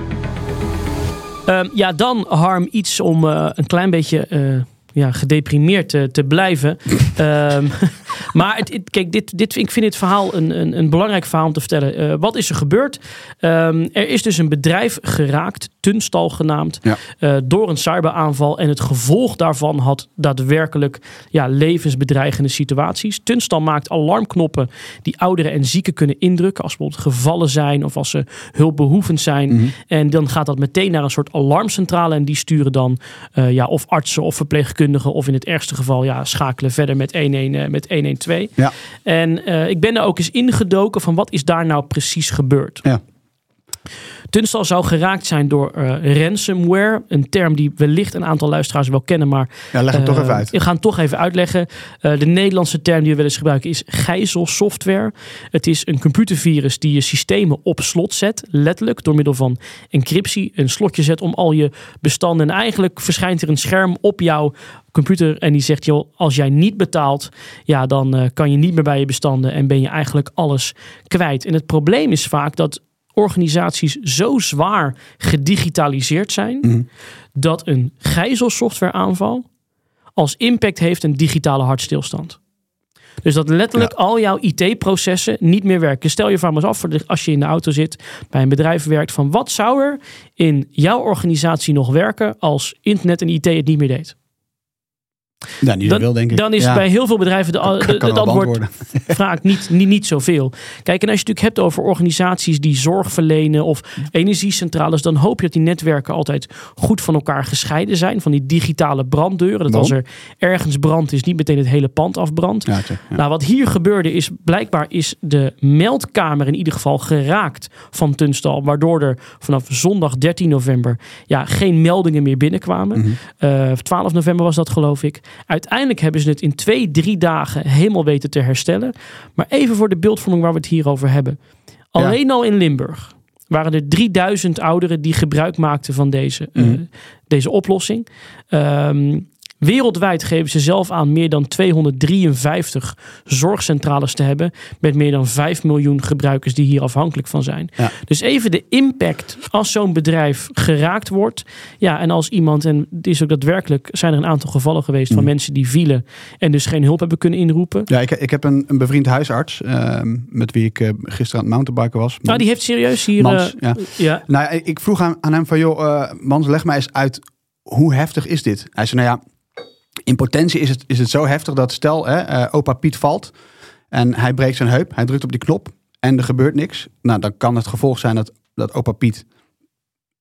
Speaker 4: Uh, ja, dan Harm, iets om uh, een klein beetje... Uh, Ja, gedeprimeerd te, te blijven. um, maar het, het, kijk, dit, dit, ik vind dit verhaal een, een, een belangrijk verhaal om te vertellen. Uh, wat is er gebeurd? Um, er is dus een bedrijf geraakt, Tunstall genaamd, ja. uh, door een cyberaanval. En het gevolg daarvan had daadwerkelijk ja, levensbedreigende situaties. Tunstall maakt alarmknoppen die ouderen en zieken kunnen indrukken. Als ze bijvoorbeeld gevallen zijn of als ze hulpbehoevend zijn. Mm-hmm. En dan gaat dat meteen naar een soort alarmcentrale. En die sturen dan uh, ja, of artsen of verpleegkundigen of in het ergste geval ja, schakelen verder met honderdtwaalf. Ja. En uh, ik ben er ook eens ingedoken van wat is daar nou precies gebeurd. Ja. Tunstall zou geraakt zijn door uh, ransomware. Een term die wellicht een aantal luisteraars wel kennen. Maar
Speaker 3: ja, leg hem uh, toch even uit.
Speaker 4: We gaan het toch even uitleggen. Uh, de Nederlandse term die we wel eens gebruiken is gijzelsoftware. Het is een computervirus die je systemen op slot zet. Letterlijk door middel van encryptie. Een slotje zet om al je bestanden. En eigenlijk verschijnt er een scherm op jouw computer en die zegt, joh, als jij niet betaalt, ja, dan uh, kan je niet meer bij je bestanden en ben je eigenlijk alles kwijt. En het probleem is vaak dat organisaties zo zwaar gedigitaliseerd zijn, mm-hmm. dat een gijzelsoftwareaanval als impact heeft een digitale hartstilstand. Dus dat letterlijk ja. al jouw I T-processen niet meer werken. Stel je vraag maar eens af, als je in de auto zit, bij een bedrijf werkt, van wat zou er in jouw organisatie nog werken als internet en I T het niet meer deed?
Speaker 3: Ja, niet
Speaker 4: dan,
Speaker 3: zoveel, denk ik.
Speaker 4: Dan is
Speaker 3: ja.
Speaker 4: bij heel veel bedrijven de, de, de, het antwoord vaak niet, niet, niet zoveel. Kijk, en als je het natuurlijk hebt over organisaties die zorg verlenen of energiecentrales, dan hoop je dat die netwerken altijd goed van elkaar gescheiden zijn. Van die digitale branddeuren. Dat Waarom? Als er ergens brand is, niet meteen het hele pand afbrandt. Ja, ja. Nou, wat hier gebeurde is, blijkbaar is de meldkamer in ieder geval geraakt van Tunstall. Waardoor er vanaf zondag dertien november ja, geen meldingen meer binnenkwamen. Mm-hmm. Uh, twaalf november was dat, geloof ik. Uiteindelijk hebben ze het in twee, drie dagen helemaal weten te herstellen. Maar even voor de beeldvorming waar we het hier over hebben. Alleen ja. al in Limburg waren er drieduizend ouderen die gebruik maakten van deze, mm. uh, deze oplossing. Um, Wereldwijd geven ze zelf aan meer dan tweehonderddrieënvijftig zorgcentrales te hebben. Met meer dan vijf miljoen gebruikers die hier afhankelijk van zijn. Ja. Dus even de impact als zo'n bedrijf geraakt wordt. Ja, en als iemand, en het is ook daadwerkelijk, zijn er een aantal gevallen geweest mm. van mensen die vielen en dus geen hulp hebben kunnen inroepen.
Speaker 3: Ja, ik, ik heb een, een bevriend huisarts uh, met wie ik uh, gisteren aan het mountainbiken was.
Speaker 4: Nou, die heeft serieus hier...
Speaker 3: Mans,
Speaker 4: uh,
Speaker 3: ja. Ja. Nou, ik vroeg aan, aan hem van, joh, uh, Mans, leg mij eens uit, hoe heftig is dit? Hij zei, nou ja, in potentie is het, is het zo heftig dat stel, hè, uh, opa Piet valt en hij breekt zijn heup. Hij drukt op die knop en er gebeurt niks. Nou, dan kan het gevolg zijn dat, dat opa Piet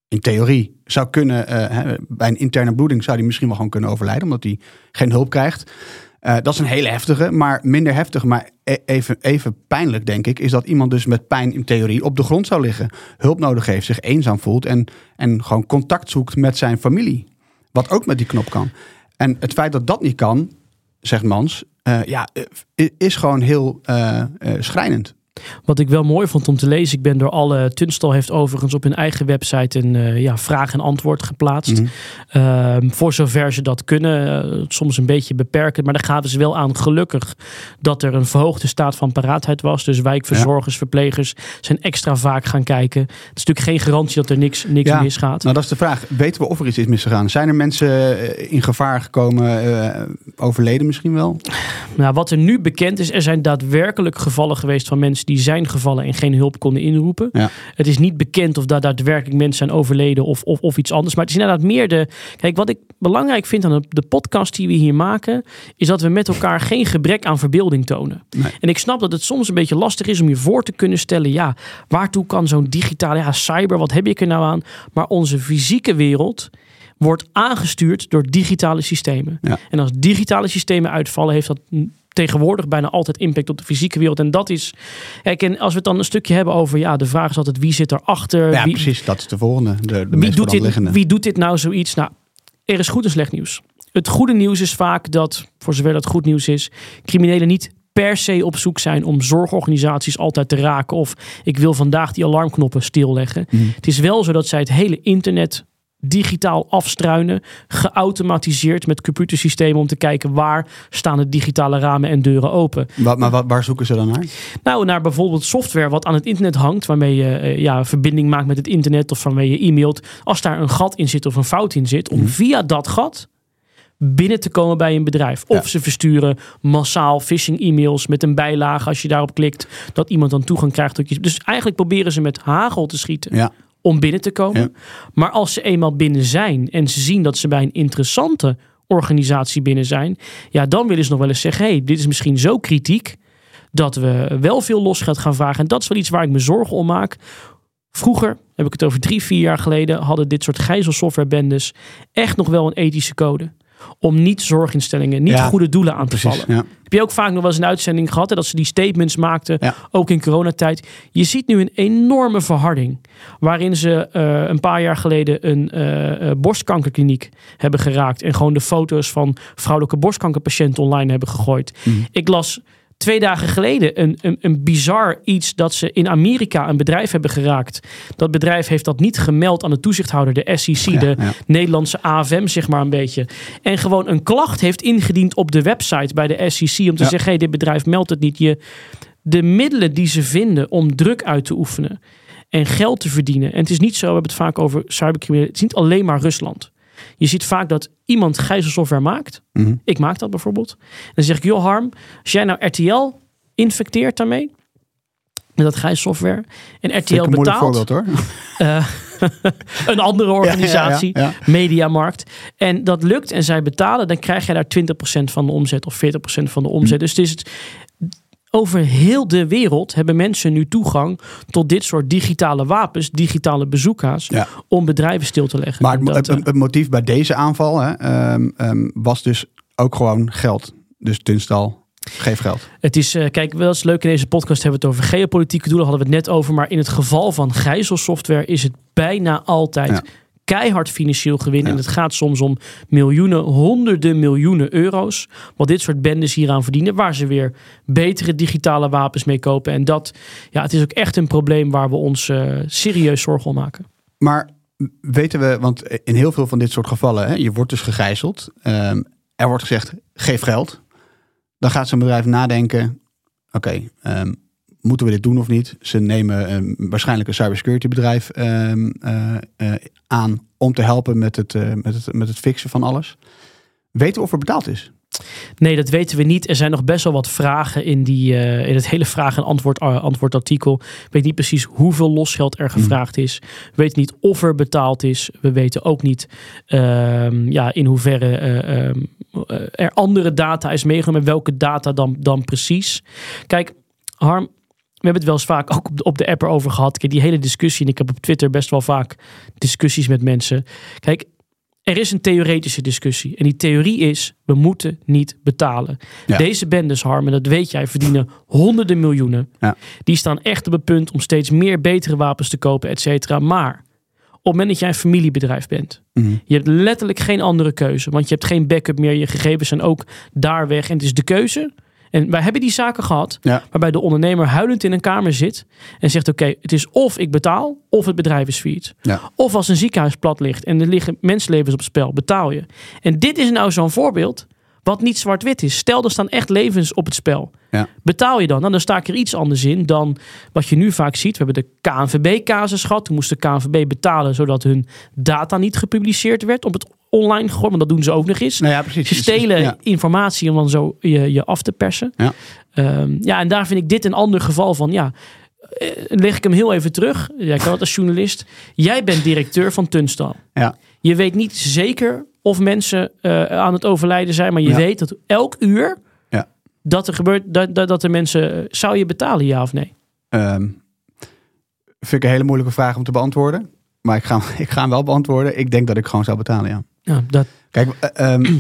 Speaker 3: in theorie zou kunnen, uh, hè, bij een interne bloeding zou hij misschien wel gewoon kunnen overlijden, omdat hij geen hulp krijgt. Uh, dat is een hele heftige, maar minder heftig, maar e- even, even pijnlijk denk ik, is dat iemand dus met pijn in theorie op de grond zou liggen, hulp nodig heeft, zich eenzaam voelt en, en gewoon contact zoekt met zijn familie. Wat ook met die knop kan. En het feit dat dat niet kan, zegt Mans, uh, ja, is gewoon heel uh, uh, schrijnend.
Speaker 4: Wat ik wel mooi vond om te lezen, ik ben door alle, Tunstall heeft overigens op hun eigen website een uh, ja, vraag en antwoord geplaatst. Mm-hmm. Uh, voor zover ze dat kunnen, uh, soms een beetje beperken, maar daar gaven ze wel aan, gelukkig, dat er een verhoogde staat van paraatheid was. Dus wijkverzorgers, ja. verplegers zijn extra vaak gaan kijken. Het is natuurlijk geen garantie dat er niks, niks ja, misgaat.
Speaker 3: Nou, dat is de vraag. Weten we of er iets is misgegaan? Zijn er mensen in gevaar gekomen, uh, overleden misschien wel?
Speaker 4: Nou, wat er nu bekend is, er zijn daadwerkelijk gevallen geweest van mensen die zijn gevallen en geen hulp konden inroepen. Ja. Het is niet bekend of daar daadwerkelijk mensen zijn overleden of, of, of iets anders. Maar het is inderdaad meer de... Kijk, wat ik belangrijk vind aan de podcast die we hier maken, is dat we met elkaar geen gebrek aan verbeelding tonen. Nee. En ik snap dat het soms een beetje lastig is om je voor te kunnen stellen, ja, waartoe kan zo'n digitale, ja, cyber, wat heb ik er nou aan? Maar onze fysieke wereld wordt aangestuurd door digitale systemen. Ja. En als digitale systemen uitvallen, heeft dat tegenwoordig bijna altijd impact op de fysieke wereld. En dat is... Kijk, en als we het dan een stukje hebben over... Ja, de vraag is altijd, wie zit erachter?
Speaker 3: Ja,
Speaker 4: wie,
Speaker 3: precies. Dat is de volgende. De, de
Speaker 4: wie,
Speaker 3: meest
Speaker 4: doet dit,
Speaker 3: liggende.
Speaker 4: wie doet dit nou zoiets? Nou, er is goed en slecht nieuws. Het goede nieuws is vaak dat, voor zover dat goed nieuws is, criminelen niet per se op zoek zijn om zorgorganisaties altijd te raken. Of ik wil vandaag die alarmknoppen stilleggen. Mm. Het is wel zo dat zij het hele internet digitaal afstruinen, geautomatiseerd met computersystemen om te kijken waar staan de digitale ramen en deuren open.
Speaker 3: Wat, maar wat, waar zoeken ze dan naar?
Speaker 4: Nou, naar bijvoorbeeld software wat aan het internet hangt, waarmee je uh, ja, verbinding maakt met het internet of waarmee je e-mailt. Als daar een gat in zit of een fout in zit, om mm. via dat gat binnen te komen bij een bedrijf. Of ja. ze versturen massaal phishing e-mails met een bijlage als je daarop klikt, dat iemand dan toegang krijgt tot je. Dus eigenlijk proberen ze met hagel te schieten. Ja. Om binnen te komen. Ja. Maar als ze eenmaal binnen zijn en ze zien dat ze bij een interessante organisatie binnen zijn, ja, dan willen ze nog wel eens zeggen, hey, dit is misschien zo kritiek dat we wel veel losgeld gaan vragen. En dat is wel iets waar ik me zorgen om maak. Vroeger, heb ik het over drie, vier jaar geleden, hadden dit soort gijzelsoftwarebendes echt nog wel een ethische code. Om niet zorginstellingen, niet ja, goede doelen aan te precies, vallen. Ja. Heb je ook vaak nog wel eens een uitzending gehad, hè, dat ze die statements maakten, ja. ook in coronatijd. Je ziet nu een enorme verharding. Waarin ze uh, een paar jaar geleden een uh, uh, borstkankerkliniek hebben geraakt. En gewoon de foto's van vrouwelijke borstkankerpatiënten online hebben gegooid. Mm. Ik las twee dagen geleden een, een, een bizar iets dat ze in Amerika een bedrijf hebben geraakt. Dat bedrijf heeft dat niet gemeld aan de toezichthouder, de S E C, ja, de ja. Nederlandse A F M, zeg maar een beetje. En gewoon een klacht heeft ingediend op de website bij de S E C om te ja. zeggen, hey, dit bedrijf meldt het niet. Je, de middelen die ze vinden om druk uit te oefenen en geld te verdienen. En het is niet zo, we hebben het vaak over cybercriminelen. Het is niet alleen maar Rusland. Je ziet vaak dat iemand gijzelsoftware maakt. Mm-hmm. Ik maak dat bijvoorbeeld. En dan zeg ik, joh Harm, als jij nou R T L infecteert daarmee, met dat gijzelsoftware, en R T L
Speaker 3: een
Speaker 4: betaalt,
Speaker 3: voorbeeld, hoor.
Speaker 4: Uh, een andere organisatie, ja, ja, ja, ja. Mediamarkt, en dat lukt en zij betalen, dan krijg je daar twintig procent van de omzet of veertig procent van de omzet. Mm. Dus het is het, over heel de wereld hebben mensen nu toegang tot dit soort digitale wapens, digitale bazooka's, ja. om bedrijven stil te leggen.
Speaker 3: Maar
Speaker 4: dat,
Speaker 3: het, het, het motief bij deze aanval hè, um, um, was dus ook gewoon geld. Dus Tunstall, geef geld.
Speaker 4: Het is, uh, kijk, wel eens leuk in deze podcast hebben we het over geopolitieke doelen, hadden we het net over. Maar in het geval van gijzelsoftware is het bijna altijd ja. keihard financieel gewin. Ja. En het gaat soms om miljoenen, honderden miljoenen euro's. Wat dit soort bendes hieraan verdienen. Waar ze weer betere digitale wapens mee kopen. En dat, ja, het is ook echt een probleem waar we ons uh, serieus zorgen om maken. Maar
Speaker 3: weten we, want in heel veel van dit soort gevallen, hè, je wordt dus gegijzeld. Um, er wordt gezegd, geef geld. Dan gaat zo'n bedrijf nadenken, oké, okay, um, moeten we dit doen of niet? Ze nemen um, waarschijnlijk een cybersecurity bedrijf um, uh, uh, aan om te helpen met het, uh, met, het, met het fixen van alles. Weten we of er betaald is?
Speaker 4: Nee, dat weten we niet. Er zijn nog best wel wat vragen in, die, uh, in het hele vraag- en antwoord, uh, antwoordartikel. Ik weet niet precies hoeveel losgeld er gevraagd is. We weten niet of er betaald is. We weten ook niet uh, ja, in hoeverre uh, uh, er andere data is meegenomen. Welke data dan, dan precies? Kijk, Harm, we hebben het wel eens vaak ook op de, op de app erover gehad. Ik heb die hele discussie en ik heb op Twitter best wel vaak discussies met mensen. Kijk, er is een theoretische discussie. En die theorie is, we moeten niet betalen. Ja. Deze bendes, Harm, en dat weet jij, verdienen honderden miljoenen. Ja. Die staan echt op het punt om steeds meer betere wapens te kopen, et cetera. Maar op het moment dat jij een familiebedrijf bent, mm-hmm. je hebt letterlijk geen andere keuze. Want je hebt geen backup meer. Je gegevens zijn ook daar weg. En het is de keuze. En wij hebben die zaken gehad, ja. waarbij de ondernemer huilend in een kamer zit en zegt, oké, okay, het is of ik betaal, of het bedrijf is failliet. Ja. Of als een ziekenhuis plat ligt en er liggen mensenlevens op het spel, betaal je. En dit is nou zo'n voorbeeld wat niet zwart-wit is. Stel, er staan echt levens op het spel. Ja. Betaal je dan? Nou, dan sta ik er iets anders in dan wat je nu vaak ziet. We hebben de K N V B-casus gehad. Toen moest de K N V B betalen zodat hun data niet gepubliceerd werd op het online gegooid, want dat doen ze ook nog eens.
Speaker 3: Nou ja, precies.
Speaker 4: Ze stelen ja. informatie om dan zo je, je af te persen. Ja. Um, ja, en daar vind ik dit een ander geval van. Ja, uh, leg ik hem heel even terug. Ja, ik kan het als journalist. Jij bent directeur van Tunstall. Ja. Je weet niet zeker of mensen uh, aan het overlijden zijn, maar je ja. weet dat elk uur ja. dat er gebeurt, dat, dat, dat er mensen, zou je betalen, ja of nee?
Speaker 3: Um, vind ik een hele moeilijke vraag om te beantwoorden. Maar ik ga, ik ga hem wel beantwoorden. Ik denk dat ik gewoon zou betalen, ja.
Speaker 4: ja dat...
Speaker 3: Kijk, uh, um,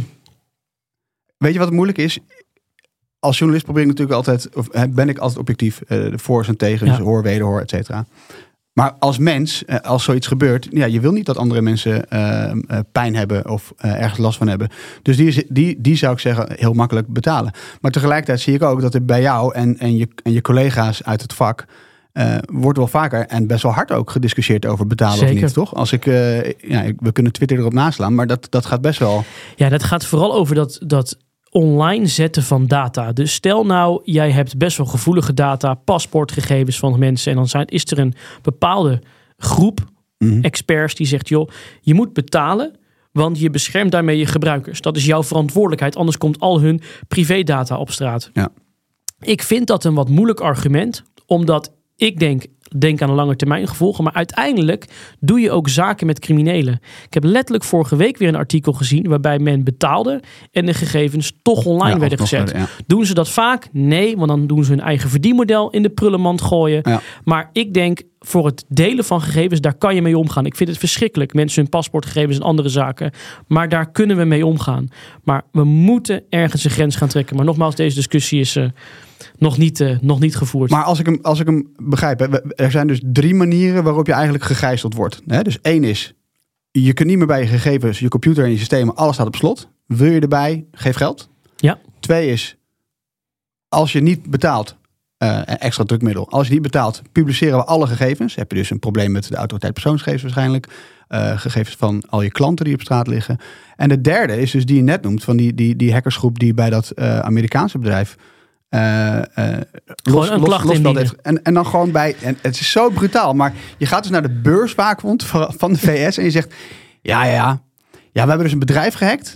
Speaker 3: weet je wat moeilijk is? Als journalist probeer ik natuurlijk altijd, of ben ik altijd objectief. Uh, de voor's en tegens, ja. hoor, wederhoor, et cetera. Maar als mens, uh, als zoiets gebeurt, ja, je wil niet dat andere mensen uh, uh, pijn hebben of uh, ergens last van hebben. Dus die, die, die zou ik zeggen heel makkelijk betalen. Maar tegelijkertijd zie ik ook dat er bij jou en, en, je, en je collega's uit het vak Uh, wordt wel vaker en best wel hard ook gediscussieerd over betalen Zeker. Of niet, toch? Als ik, uh, ja, we kunnen Twitter erop naslaan, maar dat, dat gaat best wel.
Speaker 4: Ja, dat gaat vooral over dat, dat online zetten van data. Dus stel nou, jij hebt best wel gevoelige data, paspoortgegevens van mensen en dan zijn, is er een bepaalde groep mm-hmm. experts die zegt, joh, je moet betalen, want je beschermt daarmee je gebruikers. Dat is jouw verantwoordelijkheid, anders komt al hun privédata op straat. Ja. Ik vind dat een wat moeilijk argument, omdat ik denk, denk aan een lange termijn gevolgen. Maar uiteindelijk doe je ook zaken met criminelen. Ik heb letterlijk vorige week weer een artikel gezien waarbij men betaalde en de gegevens toch online ja, werden gezet. Verder, ja. Doen ze dat vaak? Nee, want dan doen ze hun eigen verdienmodel in de prullenmand gooien. Ja. Maar ik denk, voor het delen van gegevens, daar kan je mee omgaan. Ik vind het verschrikkelijk. Mensen hun paspoortgegevens en andere zaken. Maar daar kunnen we mee omgaan. Maar we moeten ergens een grens gaan trekken. Maar nogmaals, deze discussie is uh, nog, niet, uh, nog niet gevoerd.
Speaker 3: Maar als ik hem, als ik hem begrijp, hè, er zijn dus drie manieren waarop je eigenlijk gegijzeld wordt. Hè? Dus één is, je kunt niet meer bij je gegevens, je computer en je systemen, alles staat op slot. Wil je erbij, geef geld.
Speaker 4: Ja.
Speaker 3: Twee is, als je niet betaalt, Uh, extra drukmiddel. Als je niet betaalt, publiceren we alle gegevens. Heb je dus een probleem met de autoriteit persoonsgegevens waarschijnlijk. Uh, gegevens van al je klanten die op straat liggen. En de derde is dus die je net noemt, van die, die, die hackersgroep die bij dat uh, Amerikaanse bedrijf Uh, uh, los,
Speaker 4: een
Speaker 3: los, los heeft. En, en dan gewoon bij, en het is zo brutaal, maar je gaat dus naar de beurswaakhond van, van de V S en je zegt, ja, ja, ja, ja, we hebben dus een bedrijf gehackt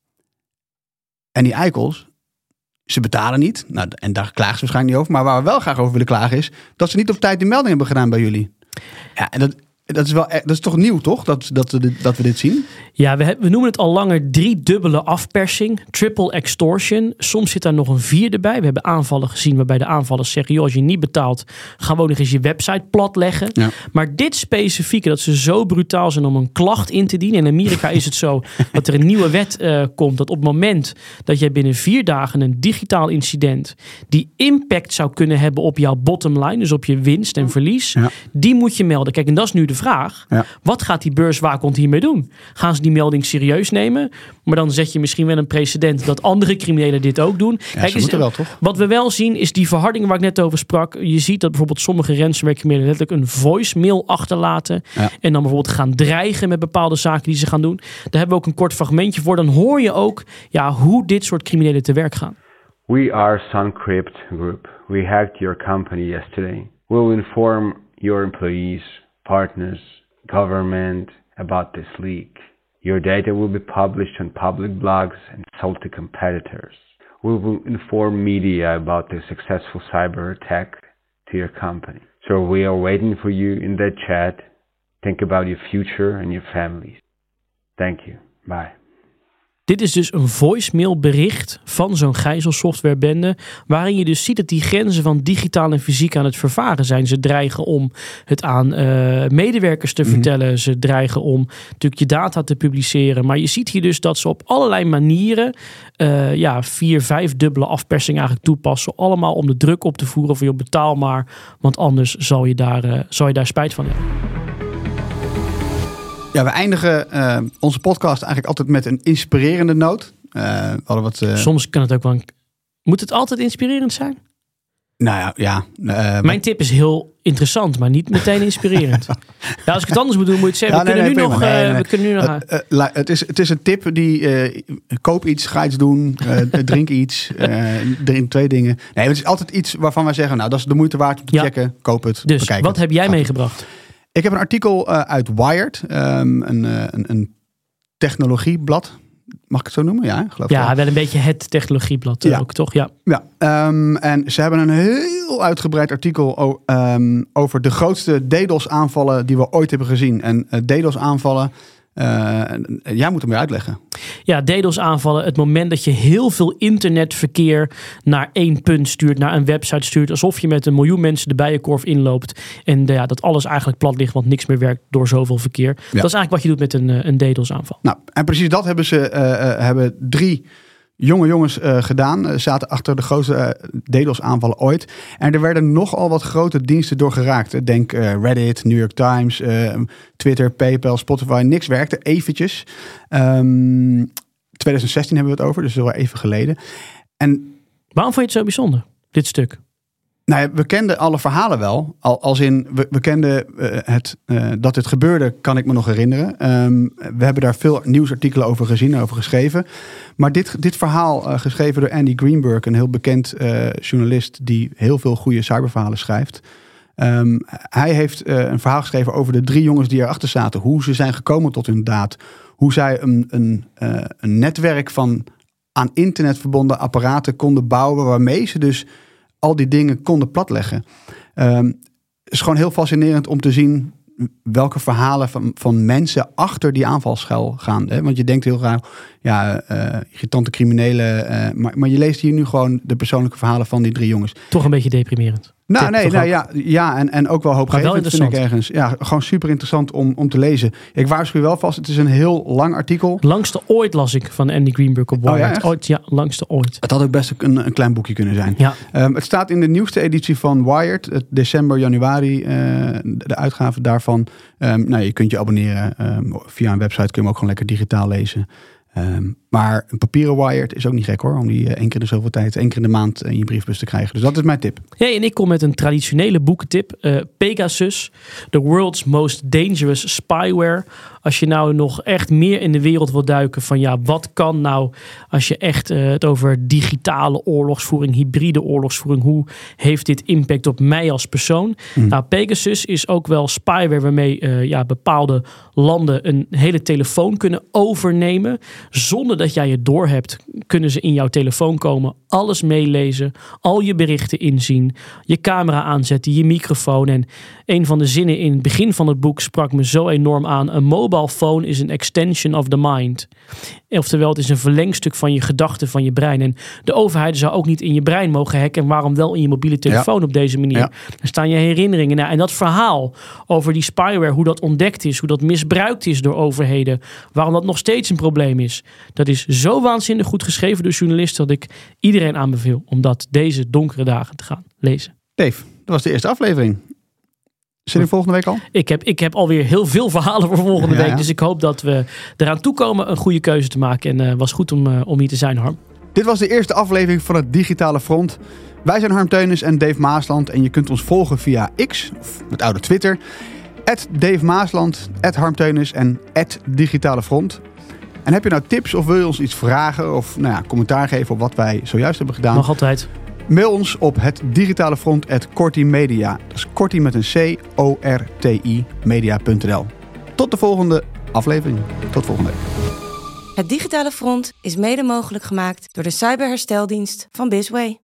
Speaker 3: en die eikels, ze betalen niet. Nou, en daar klagen ze waarschijnlijk niet over. Maar waar we wel graag over willen klagen is dat ze niet op tijd die melding hebben gedaan bij jullie. Ja, en dat, dat is wel, dat is toch nieuw, toch? Dat, dat, we, dit, dat we dit zien.
Speaker 4: Ja, we, we noemen het al langer driedubbele afpersing. Triple extortion. Soms zit daar nog een vierde bij. We hebben aanvallen gezien waarbij de aanvallers zeggen, joh, als je niet betaalt, gaan we ook nog eens je website platleggen. Ja. Maar dit specifieke, dat ze zo brutaal zijn om een klacht in te dienen. In Amerika is het zo dat er een nieuwe wet uh, komt, dat op het moment dat jij binnen vier dagen een digitaal incident die impact zou kunnen hebben op jouw bottom line, dus op je winst en verlies, ja. die moet je melden. Kijk, en dat is nu de vraag. Ja. Wat gaat die beurswaakhond hiermee doen? Gaan ze die melding serieus nemen? Maar dan zet je misschien wel een precedent dat andere criminelen dit ook doen.
Speaker 3: Ja, Kijk, is, wel, toch?
Speaker 4: Wat we wel zien is die verharding waar ik net over sprak. Je ziet dat bijvoorbeeld sommige ransomware criminelen letterlijk een voicemail achterlaten. Ja. En dan bijvoorbeeld gaan dreigen met bepaalde zaken die ze gaan doen. Daar hebben we ook een kort fragmentje voor. Dan hoor je ook ja, hoe dit soort criminelen te werk gaan.
Speaker 6: We are Suncrypt Group. We hacked your company yesterday. We will inform your employees, partners, government about this leak. Your data will be published on public blogs and sold to competitors. We will inform media about the successful cyber attack to your company. So we are waiting for you in that chat. Think about your future and your families. Thank you. Bye.
Speaker 4: Dit is dus een voicemailbericht van zo'n gijzelsoftwarebende, waarin je dus ziet dat die grenzen van digitaal en fysiek aan het vervaren zijn. Ze dreigen om het aan uh, medewerkers te mm-hmm. vertellen. Ze dreigen om natuurlijk je data te publiceren. Maar je ziet hier dus dat ze op allerlei manieren uh, ja, vier, vijf dubbele afpersing eigenlijk toepassen. Allemaal om de druk op te voeren van je betaal maar, want anders zal je daar, uh, zal je daar spijt van hebben.
Speaker 3: Ja, we eindigen uh, onze podcast eigenlijk altijd met een inspirerende noot. Uh, we hadden wat, uh...
Speaker 4: Soms kan het ook wel... Een... Moet het altijd inspirerend zijn?
Speaker 3: Nou ja, ja. Uh,
Speaker 4: Mijn tip is heel interessant, maar niet meteen inspirerend. Ja, als ik het anders moet doen, moet je het zeggen. Ja, we, nee, kunnen nee, nu nog, nee, nee, nee. we kunnen nu nog... Uh,
Speaker 3: uh, het, is, het is een tip die... Uh, koop iets, ga iets doen, uh, drink iets, uh, drink twee dingen. Nee, het is altijd iets waarvan wij zeggen, nou, dat is de moeite waard om te ja. checken. Koop het,
Speaker 4: Dus,
Speaker 3: bekijken.
Speaker 4: Wat heb jij Gaat meegebracht?
Speaker 3: Ik heb een artikel uh, uit Wired, um, een, uh, een, een technologieblad. Mag ik het zo noemen? Ja, geloof ik.
Speaker 4: Ja, wel. wel een beetje het technologieblad ja. ook, toch? Ja.
Speaker 3: ja um, en ze hebben een heel uitgebreid artikel o- um, over de grootste DDoS-aanvallen die we ooit hebben gezien. En uh, DDoS-aanvallen, uh, jij moet hem weer uitleggen.
Speaker 4: Ja, DDoS-aanvallen, het moment dat je heel veel internetverkeer naar één punt stuurt, naar een website stuurt, alsof je met een miljoen mensen de bijenkorf inloopt en ja, dat alles eigenlijk plat ligt, want niks meer werkt door zoveel verkeer. Ja. Dat is eigenlijk wat je doet met een, een DDoS-aanval.
Speaker 3: Nou, en precies dat hebben ze, uh, uh, hebben drie jonge jongens uh, gedaan. Uh, zaten achter de grootste uh, DDoS-aanvallen ooit. En er werden nogal wat grote diensten door geraakt. Denk uh, Reddit, New York Times, uh, Twitter, PayPal, Spotify. Niks werkte, eventjes. Um, twintig zestien hebben we het over, dus dat is wel even geleden. En
Speaker 4: waarom vond je het zo bijzonder, dit stuk?
Speaker 3: Nou ja, we kenden alle verhalen wel. Al, als in, we, we kenden uh, het, uh, dat dit gebeurde, kan ik me nog herinneren. Um, we hebben daar veel nieuwsartikelen over gezien, over geschreven. Maar dit, dit verhaal, uh, geschreven door Andy Greenberg, een heel bekend uh, journalist die heel veel goede cyberverhalen schrijft. Um, hij heeft uh, een verhaal geschreven over de drie jongens die erachter zaten. Hoe ze zijn gekomen tot hun daad. Hoe zij een, een, uh, een netwerk van aan internet verbonden apparaten konden bouwen, waarmee ze dus al die dingen konden platleggen. Um, het is gewoon heel fascinerend om te zien welke verhalen van, van mensen achter die aanvalschuil gaan. Hè? Want je denkt heel graag, ja, uh, irritante criminelen. Uh, maar, maar je leest hier nu gewoon de persoonlijke verhalen van die drie jongens.
Speaker 4: Toch een beetje deprimerend.
Speaker 3: Nou,
Speaker 4: Tip,
Speaker 3: nee, nou ja, ja en, en ook wel hoopgevend, vind ik ergens. Ja, gewoon super interessant om, om te lezen. Ik waarschuw wel vast, het is een heel lang artikel.
Speaker 4: Langste ooit las ik van Andy Greenberg op Wired. Oh, ja, ooit, ja, langste ooit.
Speaker 3: Het had ook best een, een klein boekje kunnen zijn.
Speaker 4: Ja.
Speaker 3: Um, het staat in de nieuwste editie van Wired, het december, januari, uh, de uitgave daarvan. Um, nou, je kunt je abonneren um, via een website, kun je hem ook gewoon lekker digitaal lezen. Um, maar een papieren Wired is ook niet gek hoor. Om die uh, één keer in de zoveel tijd, één keer in de maand in je briefbus te krijgen. Dus dat is mijn tip.
Speaker 4: Ja, en ik kom met een traditionele boekentip. Uh, Pegasus, the world's most dangerous spyware. Als je nou nog echt meer in de wereld wil duiken van ja, wat kan nou als je echt uh, het over digitale oorlogsvoering, hybride oorlogsvoering, hoe heeft dit impact op mij als persoon? Hmm. Nou, Pegasus is ook wel spyware waarmee uh, ja, bepaalde landen een hele telefoon kunnen overnemen. Zonder dat jij het doorhebt, kunnen ze in jouw telefoon komen, alles meelezen, al je berichten inzien, je camera aanzetten, je microfoon. En een van de zinnen in het begin van het boek sprak me zo enorm aan. Een mobile phone is an extension of the mind. Oftewel, het is een verlengstuk van je gedachten, van je brein. En de overheid zou ook niet in je brein mogen hacken. En waarom wel in je mobiele telefoon ja. op deze manier? Ja. Daar staan je herinneringen naar. En dat verhaal over die spyware, hoe dat ontdekt is, hoe dat misbruikt is door overheden, waarom dat nog steeds een probleem is. Dat is zo waanzinnig goed geschreven door journalisten dat ik iedereen aanbeveel om dat deze donkere dagen te gaan lezen.
Speaker 3: Dave, dat was de eerste aflevering. Zit je volgende week al?
Speaker 4: Ik heb, ik heb alweer heel veel verhalen voor volgende ja, week. Ja. Dus ik hoop dat we eraan toekomen een goede keuze te maken. En het uh, was goed om, uh, om hier te zijn, Harm.
Speaker 3: Dit was de eerste aflevering van het Digitale Front. Wij zijn Harm Teunis en Dave Maasland. En je kunt ons volgen via X, of het oude Twitter. at Dave Maasland, at Harm Teunis en at Digitale Front. En heb je nou tips of wil je ons iets vragen of nou ja, commentaar geven op wat wij zojuist hebben gedaan?
Speaker 4: Mag altijd.
Speaker 3: Mail ons op het digitale front at Korti Media. Dat is Korti met een C, O R T I, media punt n l. Tot de volgende aflevering. Tot volgende week.
Speaker 2: Het Digitale Front is mede mogelijk gemaakt door de cyberhersteldienst van Bizway.